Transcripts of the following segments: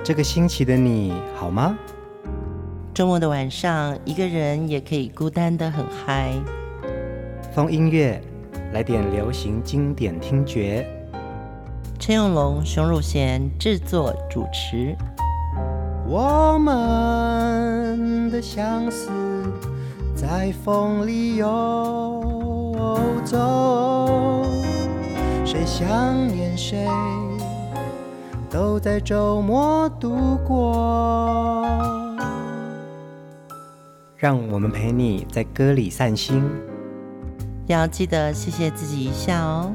这个星期的你好吗？ 周末的晚上，一个人也可以孤单得很嗨。 风音乐，来点流行经典听觉。 陈永龙、熊汝贤制作主持。 我们的相思在风里游走，谁想念谁，都在周末度过。让我们陪你在歌里散心， 要记得谢谢自己一下哦。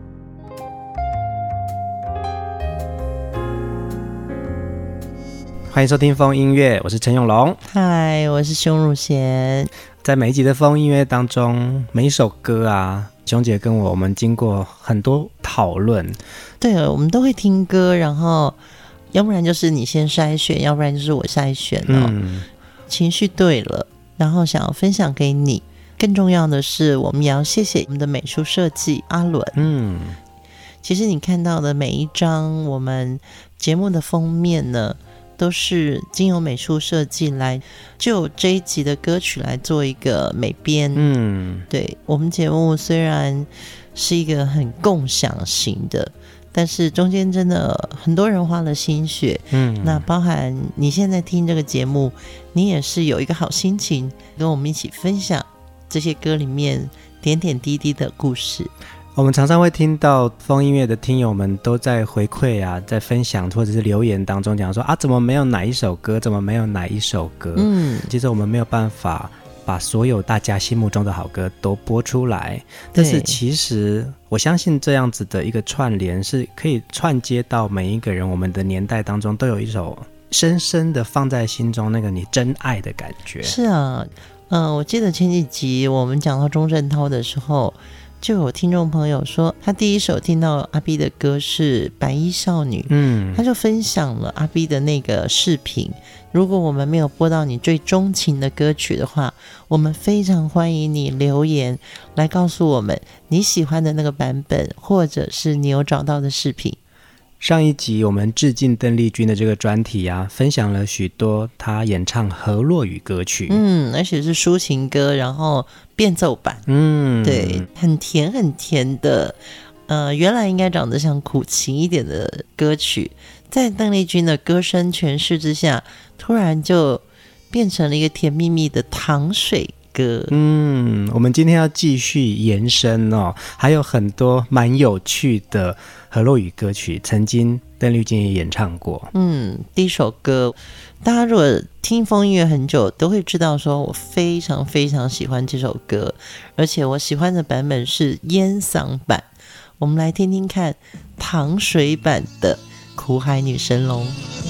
欢迎收听风音乐，我是陈永龙。 嗨，我是熊汝贤。 在每一集的风音乐当中，每一首歌啊，熊姐跟我们经过很多讨论。 对，我们都会听歌，然后要不然就是你先筛选，要不然就是我筛选哦。情绪对了，然后想要分享给你。更重要的是，我们也要谢谢我们的美术设计阿伦。其实你看到的每一张我们节目的封面呢，都是经由美术设计来就这一集的歌曲来做一个美编。对，我们节目虽然是一个很共享型的，但是中间真的很多人花了心血。那包含你现在听这个节目，你也是有一个好心情跟我们一起分享这些歌里面点点滴滴的故事。 我们常常会听到风音乐的听友们都在回馈啊，在分享或者是留言当中讲说啊，怎么没有哪一首歌，怎么没有哪一首歌。其实我们没有办法把所有大家心目中的好歌都播出来，但是其实我相信这样子的一个串联是可以串接到每一个人，我们的年代当中都有一首深深的放在心中那个你真爱的感觉。 是啊，我记得前几集我们讲到钟镇涛的时候，就有听众朋友说他第一首听到阿 B 的歌是白衣少女。他就分享了阿 B 的那个视频。如果我们没有播到你最钟情的歌曲的话，我们非常欢迎你留言来告诉我们你喜欢的那个版本，或者是你有找到的视频。 上一集我们致敬邓丽君的这个专题啊，分享了许多她演唱河洛语歌曲。而且是抒情歌，然后变奏版。对，很甜很甜的。原来应该长得像苦情一点的歌曲，在邓丽君的歌声诠释之下，突然就变成了一个甜蜜蜜的糖水歌。 我们今天要继续延伸哦，还有很多蛮有趣的河洛语歌曲，曾经邓丽君也演唱过。 第一首歌，大家如果听风音乐很久，都会知道说我非常非常喜欢这首歌，而且我喜欢的版本是烟嗓版。我们来听听看糖水版的苦海女神龙。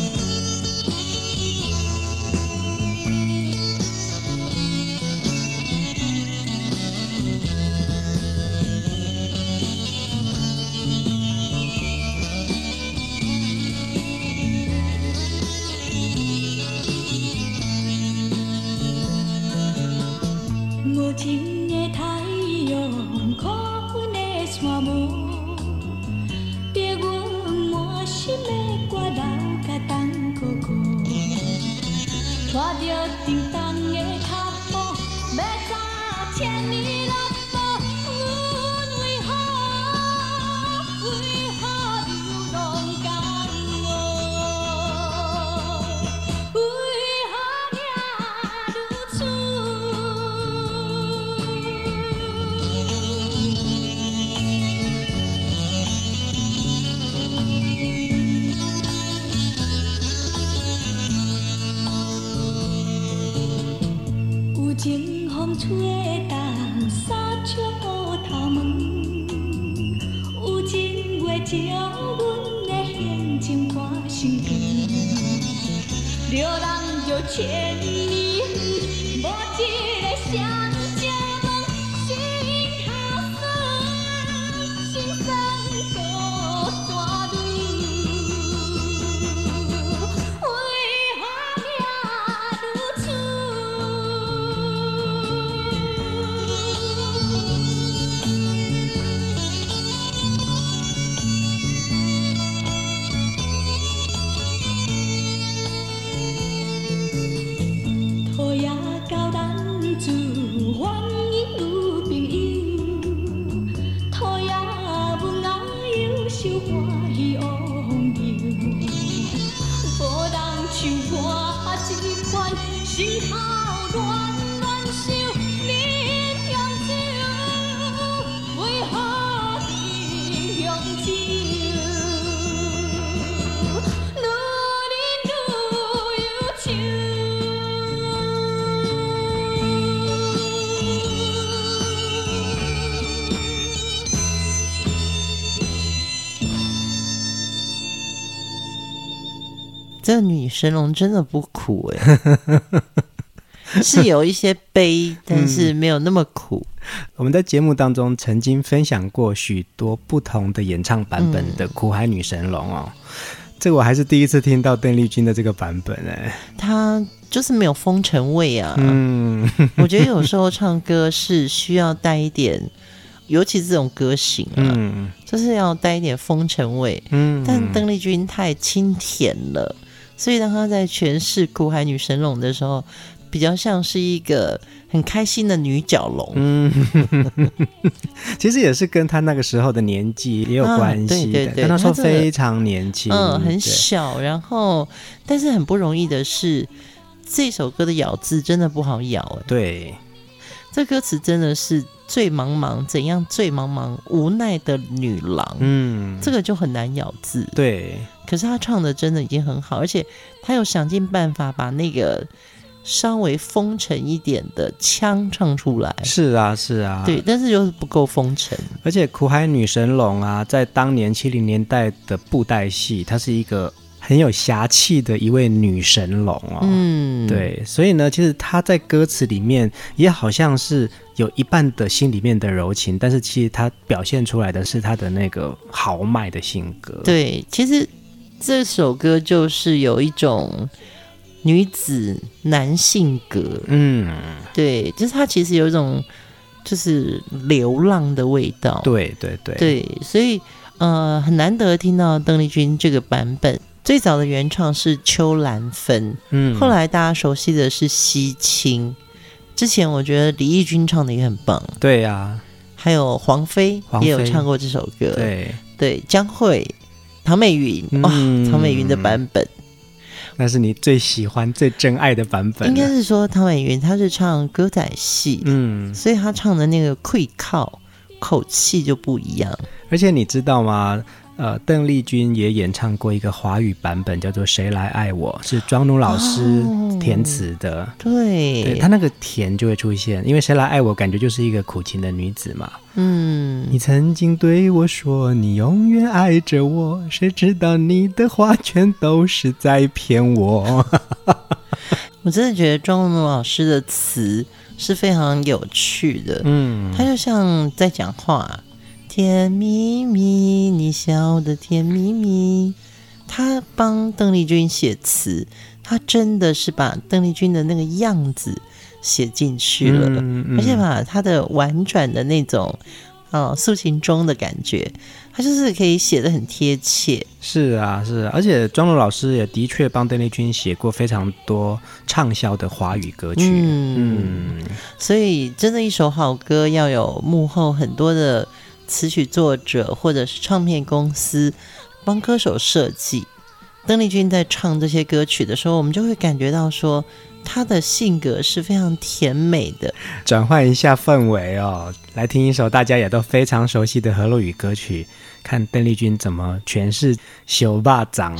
无情的太阳，苦阮的山盟，逼阮满心的歌流甲冬苦苦，拖着沉重的脚步，要走千里路。阮为何流浪甘我？为何命如此？有情风吹动三尺乌头毛，有情月照阮的行程挂心间，流浪就千里远，无一个相见问，心头酸，心酸过山路。为何命如此？ 欢喜往游，无人像我这款心头乱乱想，你向酒，为何你向酒？愈饮愈忧愁。 这个女神龙真的不苦是有一些悲，但是没有那么苦。 我们在节目当中曾经分享过许多不同的演唱版本的《苦海女神龙》哦，这个我还是第一次听到邓丽君的这个版本她就是没有风尘味啊。我觉得有时候唱歌是需要带一点，尤其是这种歌型就是要带一点风尘味。但邓丽君太清甜了，所以当她在诠释《苦海女神龙》的时候，比较像是一个很开心的女角龙。 其实也是跟她那个时候的年纪也有关系的。 对， 跟她说非常年轻， 很小，然后但是很不容易的是，这首歌的咬字真的不好咬。 对， 这歌词真的是醉茫茫，怎样醉茫茫，无奈的女郎。这个就很难咬字。 对， 可是她唱的真的已经很好，而且她有想尽办法把那个稍微风尘一点的腔唱出来。是啊，对，但是就是不够风尘。 而且苦海女神龙啊，在当年70年代的布袋戏，它是一个很有侠气的一位女神龙哦。对，所以呢，其实她在歌词里面也好像是有一半的心里面的柔情，但是其实她表现出来的是她的那个豪迈的性格。 对，其实这首歌就是有一种女子男性格。对，就是它其实有一种就是流浪的味道。对，所以很难得听到邓丽君这个版本。最早的原创是秋兰芬，后来大家熟悉的是西青。之前我觉得李翊君唱的也很棒。对啊，还有黄妃也有唱过这首歌。对，江蕙、唐美云，唐美云的版本， 那是你最喜欢最真爱的版本。 应该是说唐美云她是唱歌仔戏，所以她唱的那个溃靠口气就不一样。 而且你知道吗，邓丽君也演唱过一个华语版本，叫做《谁来爱我》，是庄奴老师填词的。对，她那个甜就会出现，因为谁来爱我感觉就是一个苦情的女子嘛。你曾经对我说你永远爱着我，谁知道你的话全都是在骗我。 我真的觉得庄奴老师的词是非常有趣的。他就像在讲话，甜蜜蜜，你笑得甜蜜蜜。他帮邓丽君写词，他真的是把邓丽君的那个样子写进去了，而且把他的婉转的那种诉情中的感觉，他就是可以写得很贴切。是啊，而且庄奴老师也的确帮邓丽君写过非常多畅销的华语歌曲。所以真的一首好歌要有幕后很多的词曲作者或者是唱片公司帮歌手设计。邓丽君在唱这些歌曲的时候，我们就会感觉到说她的性格是非常甜美的。转换一下氛围哦，来听一首大家也都非常熟悉的河洛语歌曲，看邓丽君怎么诠释小肉粽。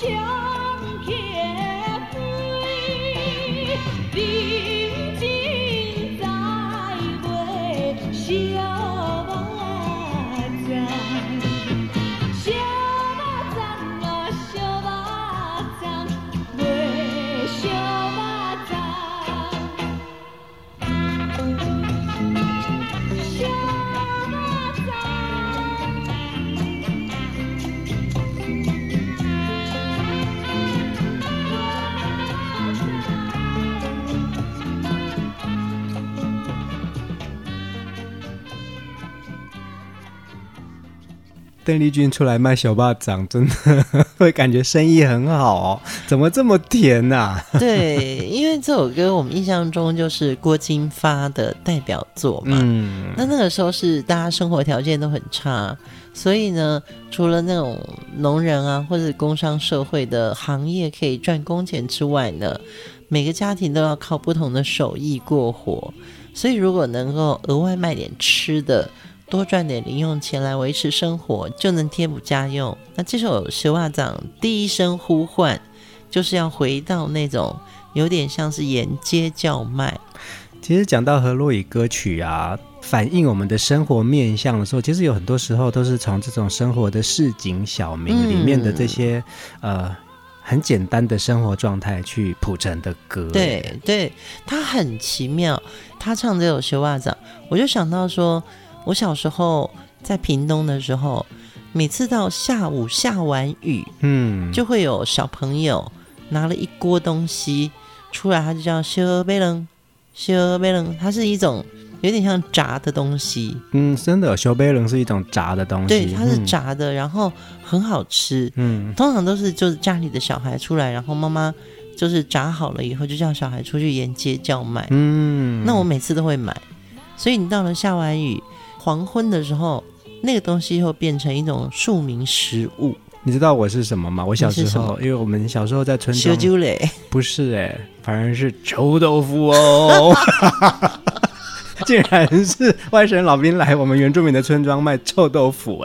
邓丽君出来卖小巴掌，真的会感觉生意很好哦，怎么这么甜啊？ 对，因为这首歌我们印象中就是郭金发的代表作嘛。那个时候是大家生活条件都很差，所以呢，除了那种农人啊或者工商社会的行业可以赚工钱之外呢，每个家庭都要靠不同的手艺过活，所以如果能够额外卖点吃的，多赚点零用钱来维持生活，就能贴补家用。那这首《小巴掌》第一声呼唤，就是要回到那种有点像是沿街叫卖。 其实讲到河洛语歌曲啊，反映我们的生活面向的时候，其实有很多时候都是从这种生活的市井小民里面的这些很简单的生活状态去谱成的歌。 对对，它很奇妙。他唱这首《小巴掌》，我就想到说，我小时候在屏东的时候，每次到下午下完雨，就会有小朋友拿了一锅东西出来，它就叫小贝冷，小贝冷，它是一种有点像炸的东西。 真的，小贝冷是一种炸的东西。 对，它是炸的，然后很好吃。通常都是就是家里的小孩出来，然后妈妈就是炸好了以后，就叫小孩出去沿街叫卖。那我每次都会买，所以你到了下完雨黄昏的时候，那个东西会变成一种庶民食物。 你知道我是什么吗？我小时候，因为我们小时候在村庄， 小酒类不是反而是臭豆腐哦。竟然是外省老兵来我们原住民的村庄卖臭豆腐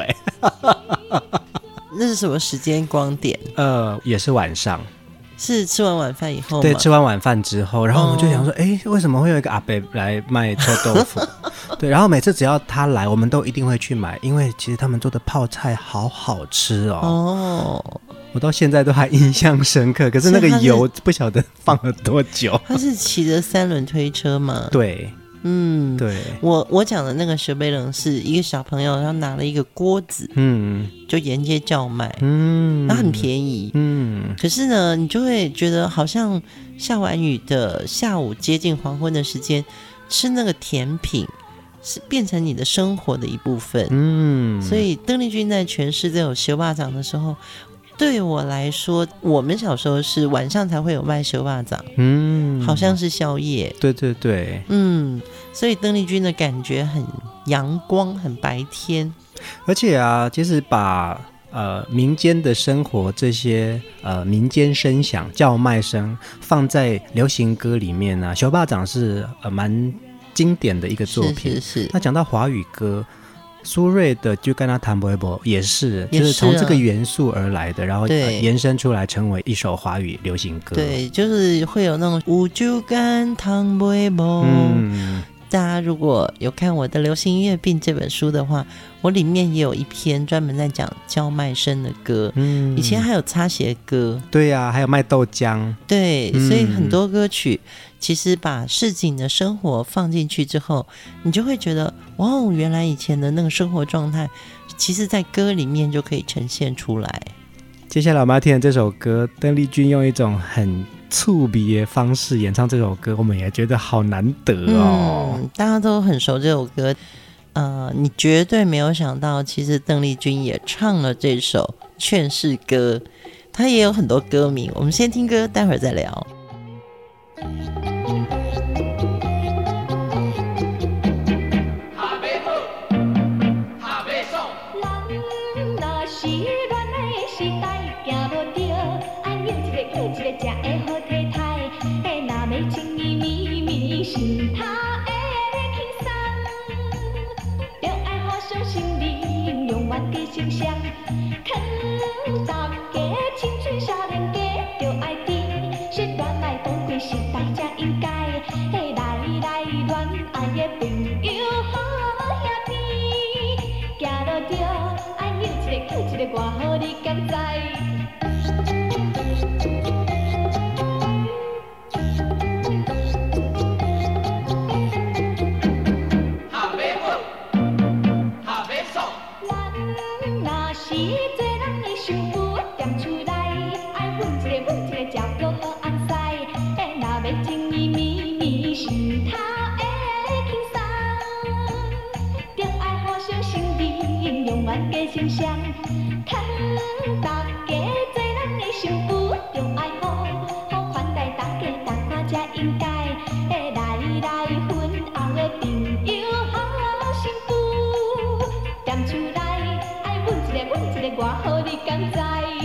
那是什么时间光点？ 也是晚上。是吃完晚饭以后吗？ 对，吃完晚饭之后，然后我们就想说，为什么会有一个阿伯来卖臭豆腐？对，然后每次只要他来，我们都一定会去买，因为其实他们做的泡菜好好吃哦。我到现在都还印象深刻，可是那个油不晓得放了多久。 他是骑着3轮推车吗？ 对。对， 我讲的那个小贝冷是一个小朋友，他拿了一个锅子，就沿街叫卖，那很便宜，可是呢，你就会觉得好像下完雨的下午接近黄昏的时间，吃那个甜品是变成你的生活的一部分，所以邓丽君在诠释这首小巴掌的时候，对我来说，我们小时候是晚上才会有卖小巴掌，好像是宵夜。 对对对， 所以邓丽君的感觉很阳光，很白天。 而且啊，其实把民间的生活这些民间声响、叫卖声放在流行歌里面啊，小巴掌是蛮经典的一个作品。 是。 那讲到华语歌，苏芮的就跟他谈不不也是，就是从这个元素而来的，然后延伸出来成为一首华语流行歌。 对，就是会有那种有酒干倘不无。大家如果有看我的《流行音乐病》这本书的话，我里面也有一篇专门在讲叫卖声的歌。以前还有擦鞋歌。 对啊，还有卖豆浆。 对，所以很多歌曲其实把市井的生活放进去之后，你就会觉得哇，原来以前的那个生活状态其实在歌里面就可以呈现出来。 接下来我们要听的这首歌，邓丽君用一种很触鼻的方式演唱这首歌，我们也觉得好难得哦。 大家都很熟这首歌，你绝对没有想到，其实邓丽君也唱了这首劝世歌，她也有很多歌名。我们先听歌，待会儿再聊。 形象，肯大家青春少年。 形象，看大家做人的幸福，着爱好款待大家，大家才应该来分后的朋友好幸福。踮厝内爱阮一个，偌好你敢知？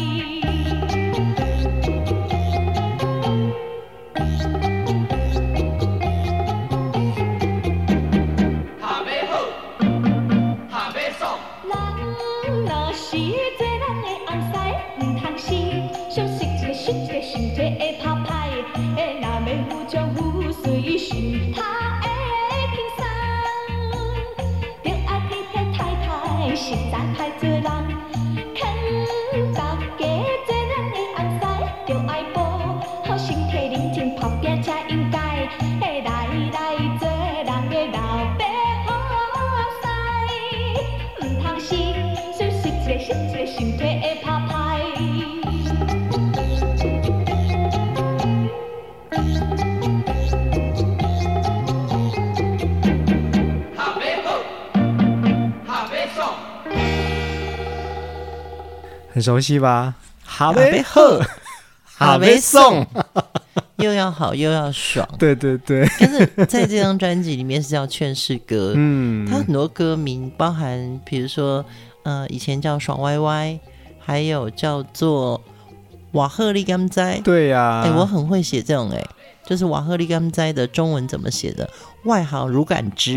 很熟悉吧？哈贝好，哈贝送， 又要好又要爽。 对对对。 但是在这张专辑里面是叫劝世歌，它很多歌名包含，比如说以前叫爽歪歪，还有叫做瓦赫利甘哉。 对呀、 我很会写这种就是瓦赫利甘哉的中文怎么写的？外行如感知。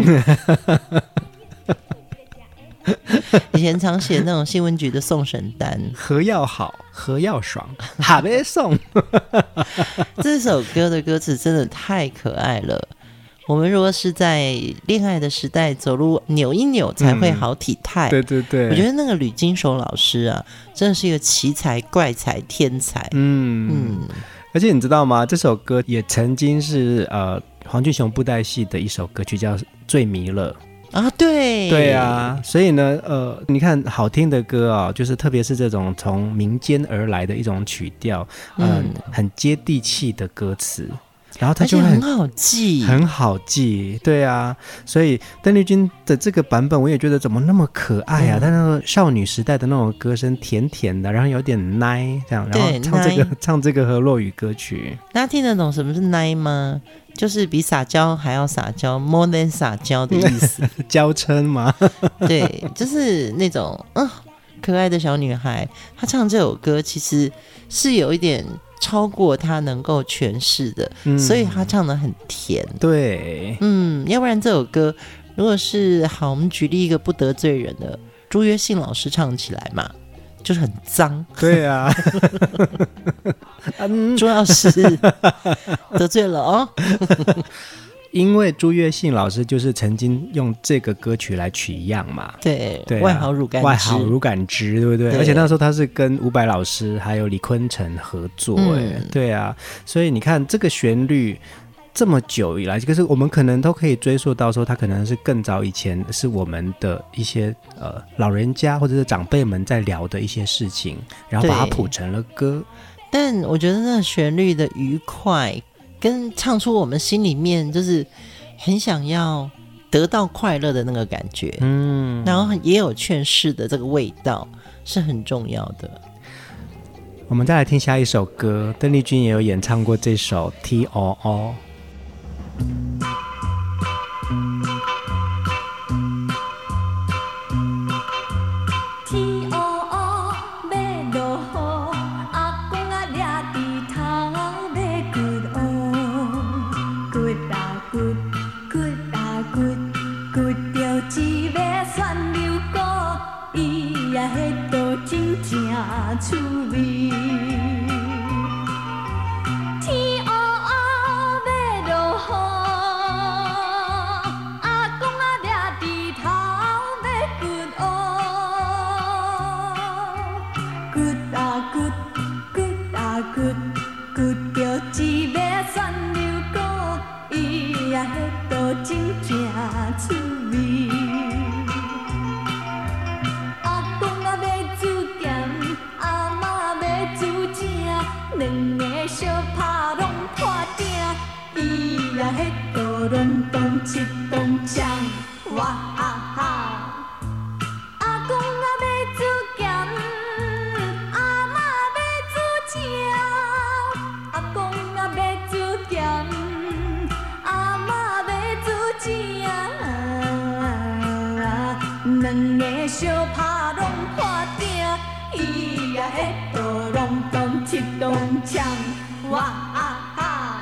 以前常写那种新闻局的送审单， 何要好，何要爽，哈贝送。 这首歌的歌词真的太可爱了。我们如果是在恋爱的时代，走路扭一扭才会好体态。 对对对， 我觉得那个吕金手老师啊，真的是一个奇才、怪才、天才。 而且你知道吗？这首歌也曾经是黄俊雄布袋戏的一首歌曲，叫《醉弥勒》。 啊，对对啊，所以呢，你看好听的歌啊，就是特别是这种从民间而来的一种曲调，很接地气的歌词，然后它就很好记， 很好记，对啊，所以邓丽君的这个版本我也觉得怎么那么可爱啊，她那个少女时代的那种歌声甜甜的，然后有点奶这样，然后唱这个河洛语歌曲， 大家听得懂什么是奶吗？就是比撒娇还要撒娇 ，more than 撒娇的意思， 娇嗔吗？ 对，就是那种可爱的小女孩。她唱这首歌其实是有一点超过她能够诠释的，所以她唱得很甜。 对， 要不然这首歌如果是好，我们举例一个不得罪人的朱约信老师唱起来嘛，就是很脏。 对啊。 朱老师得罪了哦。 因为朱月信老师就是曾经用这个歌曲来取样嘛， 对，外好乳感知， 外好乳感知，对不对？而且那时候他是跟伍佰老师还有李坤城合作，对啊，所以你看这个旋律这么久以来，可是我们可能都可以追溯到说，他可能是更早以前是我们的一些老人家或者是长辈们在聊的一些事情，然后把它谱成了歌。 但我觉得那旋律的愉快跟唱出我们心里面就是很想要得到快乐的那个感觉，然后也有劝世的这个味道是很重要的。 我们再来听下一首歌，邓丽君也有演唱过这首 T.O.O。 趣味，天黑黑两个相拍拢破鼎，伊呀迄个拢当七当枪，哇哈哈！阿公啊要煮咸，阿嬷要煮正，阿公啊要煮咸，阿嬷要煮正，两个相拍拢破鼎，伊呀迄个拢当七当枪，哇哈哈！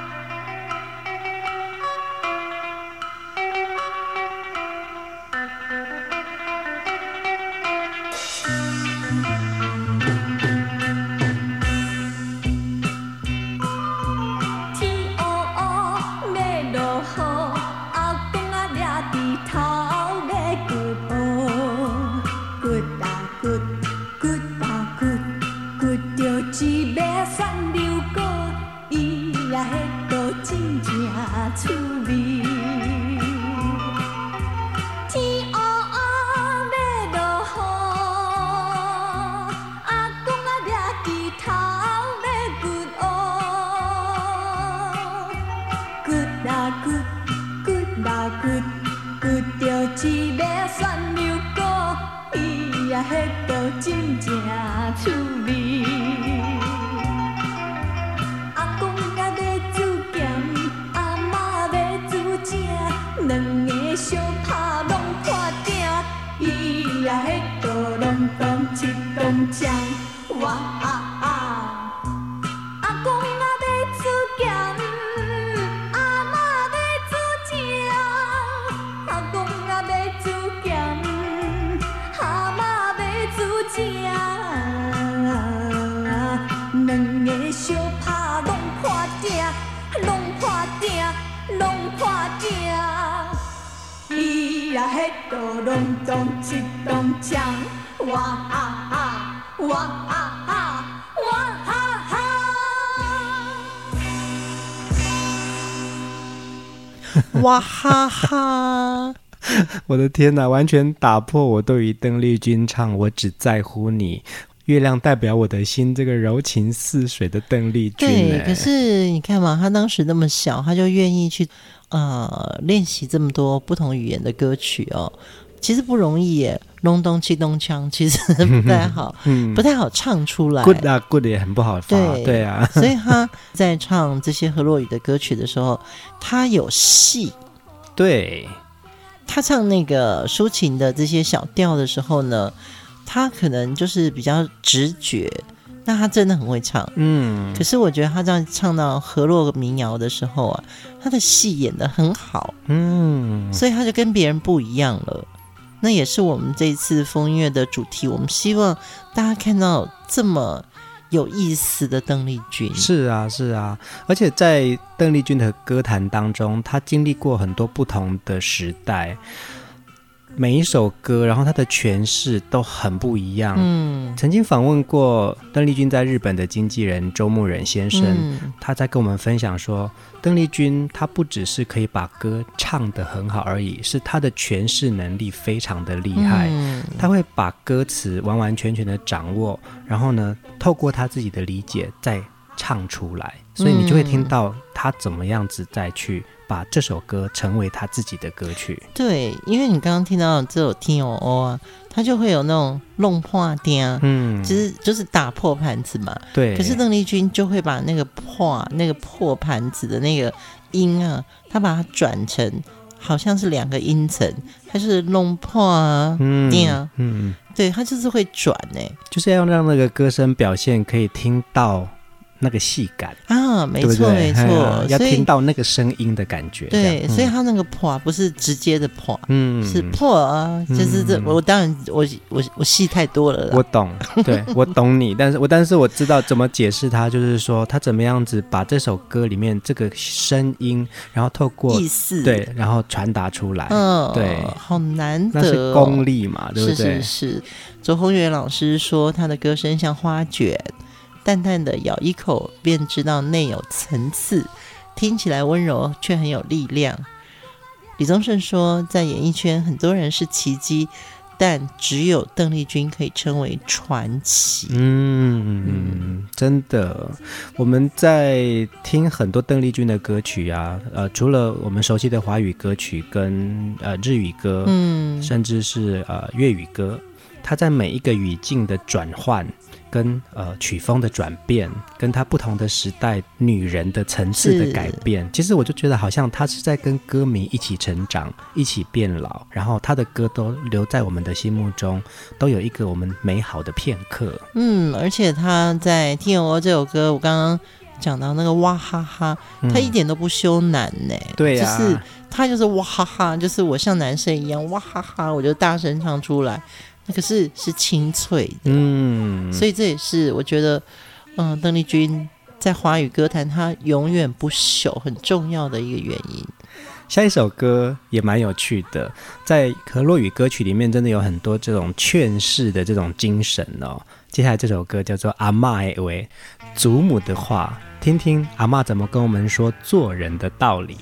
哇哈哈！ 我的天哪，完全打破我对于邓丽君唱我只在乎你，月亮代表我的心这个柔情似水的邓丽君。 对，可是你看嘛，她当时那么小，她就愿意去练习这么多不同语言的歌曲哦，其实不容易耶。隆咚气咚锵其实不太好，不太好唱出来。 good 啊 good 也很不好发，对啊。 所以他在唱这些河洛语的歌曲的时候，他有戏。 对， 他唱那个抒情的这些小调的时候呢，他可能就是比较直觉。那他真的很会唱，可是我觉得他这样唱到河洛民谣的时候啊，他的戏演得很好，所以他就跟别人不一样了。那也是我们这一次风音乐的主题，我们希望大家看到这么有意思的邓丽君。 是啊是啊，而且在邓丽君的歌坛当中，她经历过很多不同的时代，每一首歌然后她的诠释都很不一样。曾经访问过邓丽君在日本的经纪人周牧人先生，他在跟我们分享说，邓丽君她不只是可以把歌唱得很好而已，是她的诠释能力非常的厉害。她会把歌词完完全全的掌握，然后呢透过她自己的理解再唱出来，所以你就会听到她怎么样子再去把这首歌成为他自己的歌曲。对， 因为你刚刚听到这首 T.O.O 啊，它就会有那种弄破钉，其实就是打破盘子嘛。对。可是邓丽君就会把那个破盘子的那个音啊，她把它转成好像是两个音层，它是弄破钉，对，它就是会转就是要让那个歌声表现可以听到那个戏感啊，没错没错， 要听到那个声音的感觉。 对，所以他那个破不是直接的破，是破啊，就是这我当然我戏太多了啦， 我懂，对我懂你，但是我知道怎么解释它，就是说他怎么样子把这首歌里面这个声音，然后透过意思， 对，然后传达出来，对， 好难得， 那是功力嘛，对不对？ 是。周宏远老师说，他的歌声像花卷。淡淡的咬一口便知道内有层次，听起来温柔却很有力量。李宗盛说，在演艺圈很多人是奇迹，真的只有邓丽君可以称为传奇。 真真的，我们在听很多邓丽君的歌曲啊，除了我们熟悉的华语歌曲跟日语歌，甚至是粤语歌，它在每一个语境的转换跟曲风的转变，跟它不同的时代女人的层次的改变，其实我就觉得好像她是在跟歌迷一起成长，一起变老，然后她的歌都留在我们的心目中，都有一个我们美好的片刻。 而且她在《天鹅》这首歌，我刚刚讲到那个哇哈哈，她一点都不羞赧呢。 对啊， 就是她就是哇哈哈，就是我像男生一样哇哈哈，我就大声唱出来。那个是清脆的，所以这也是我觉得，邓丽君在华语歌坛她永远不朽很重要的一个原因。 下一首歌也蛮有趣的，在河洛语歌曲里面真的有很多这种劝世的这种精神哦。接下来这首歌叫做《阿嬷的话》，祖母的话，听听阿嬷怎么跟我们说做人的道理。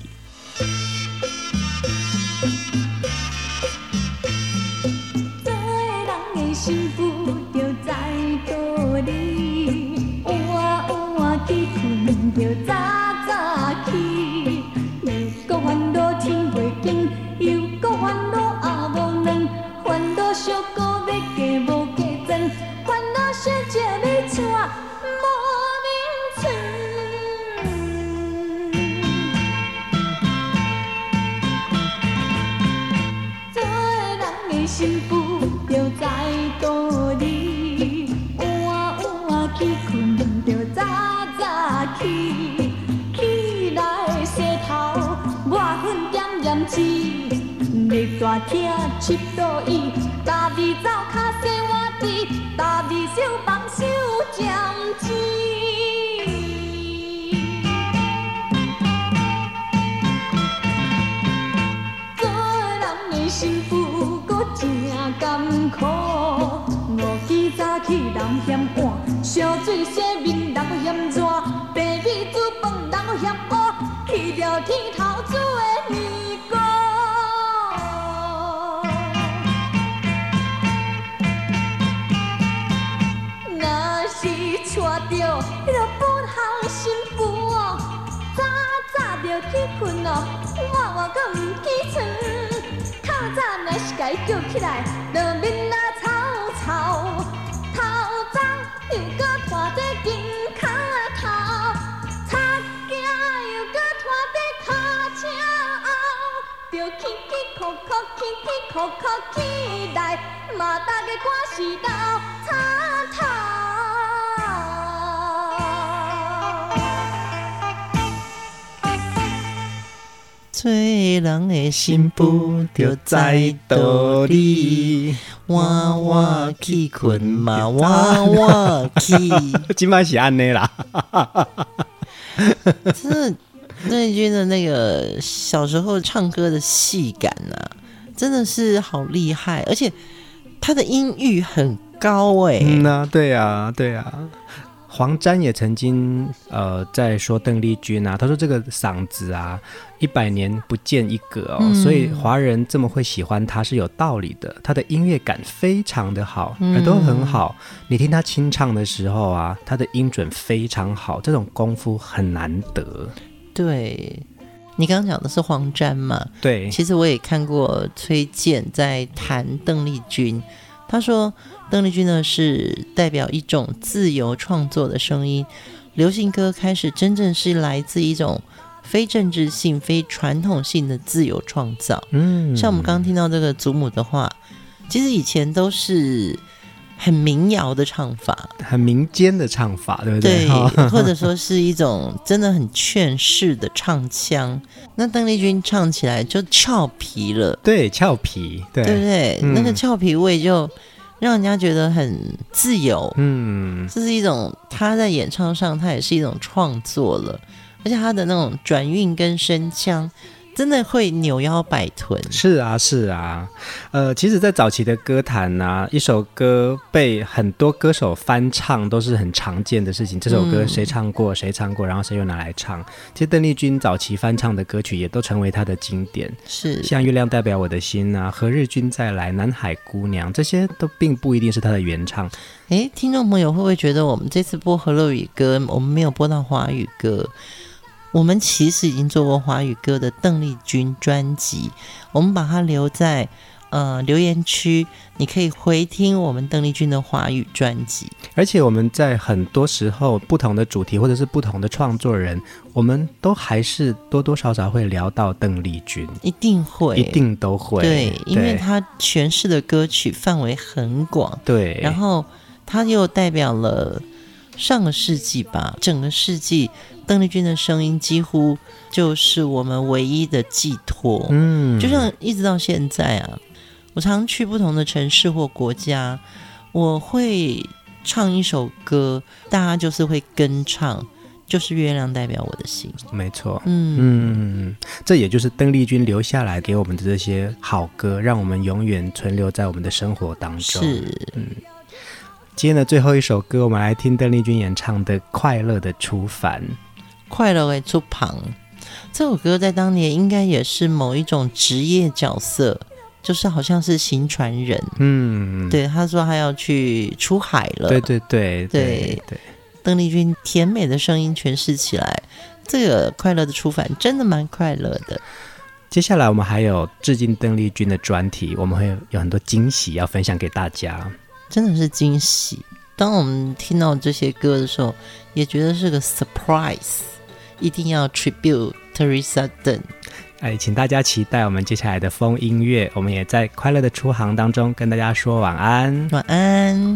幸福就在道理，晚晚去困就早早起，又搁烦恼天袂光，又搁烦恼也无卵，烦恼小姑要嫁无嫁妆，烦恼小姐要娶无名村。做人的幸福就在道理，晚去困就早早起，起来洗头抹粉点点水，热大厅七度椅，大味灶脚洗碗池，大味小房收尖钱。做人的幸福搁真艰苦，五更早起人嫌晏，烧水洗面人嫌热，白米煮饭人嫌黑，去了天头煮的面糕。若是娶到迄个本行新妇哦，早早就去困哦，晚晚搁唔起床。透早若是甲伊叫起来，就面拉草草。透早又搁拖在肩胛头，擦镜又搁拖在脚车后，就起起哭哭，起起哭哭起来，嘛大家赶时斗擦头。 做人的幸福就在道理，晚晚去困嘛晚晚起。 今晚是安内啦， 真的，邓丽君的那个小时候唱歌的戏感啊，真的是好厉害，而且她的音域很高对啊，对啊。黄沾也曾经在说邓丽君啊，他说这个嗓子啊100年不见一个哦，所以华人这么会喜欢他是有道理的。他的音乐感非常的好，耳朵很好，你听他清唱的时候啊，他的音准非常好，这种功夫很难得。 对，你刚刚讲的是黄沾嘛？ 对， 其实我也看过崔健在谈邓丽君，他说邓丽君呢是代表一种自由创作的声音，流行歌开始真正是来自一种非政治性、非传统性的自由创造。像我们刚刚听到这个祖母的话，其实以前都是很民谣的唱法， 很民间的唱法，对不对？ 对，或者说是一种真的很劝世的唱腔。那邓丽君唱起来就俏皮了， 对，俏皮，对， 对不对？那个俏皮味就让人家觉得很自由。这是一种她在演唱上，她也是一种创作了，而且她的那种转韵跟声腔真的会扭腰摆臀。 是啊，是啊，其实，在早期的歌坛啊，一首歌被很多歌手翻唱都是很常见的事情。这首歌谁唱过，谁唱过，然后谁又拿来唱。其实邓丽君早期翻唱的歌曲也都成为她的经典， 是像《月亮代表我的心》啊，《何日君再来》、《南海姑娘》，这些都并不一定是她的原唱。 听众朋友会不会觉得我们这次播河洛语歌，我们没有播到华语歌？我们其实已经做过华语歌的邓丽君专辑，我们把它留在留言区，你可以回听我们邓丽君的华语专辑。 而且我们在很多时候不同的主题或者是不同的创作人，我们都还是多多少少会聊到邓丽君， 一定会， 一定都会。 对，因为她诠释的歌曲范围很广， 对， 然后她又代表了上个世纪吧，整个世纪邓丽君的声音几乎就是我们唯一的寄托。就像一直到现在啊，我常去不同的城市或国家，我会唱一首歌，大家就是会跟唱，就是月亮代表我的心。 没错，这也就是邓丽君留下来给我们的这些好歌，让我们永远存留在我们的生活当中。 是， 今天的最后一首歌，我们来听邓丽君演唱的《快乐的出凡》。 快乐的出旁，这首歌在当年应该也是某一种职业角色，就是好像是行船人。对，他说他要去出海了。对，邓丽君甜美的声音诠释起来，这个快乐的出凡真的蛮快乐的。 接下来我们还有致敬邓丽君的专题，我们会有很多惊喜要分享给大家， 真的是惊喜。当我们听到这些歌的时候，也觉得是个 surprise， 一定要 tribute Teresa Dunn。 请大家期待我们接下来的风音乐。我们也在快乐的出航当中跟大家说晚安， 晚安。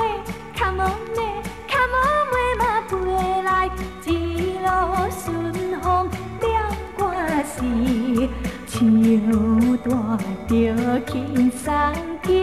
顺着轻松轻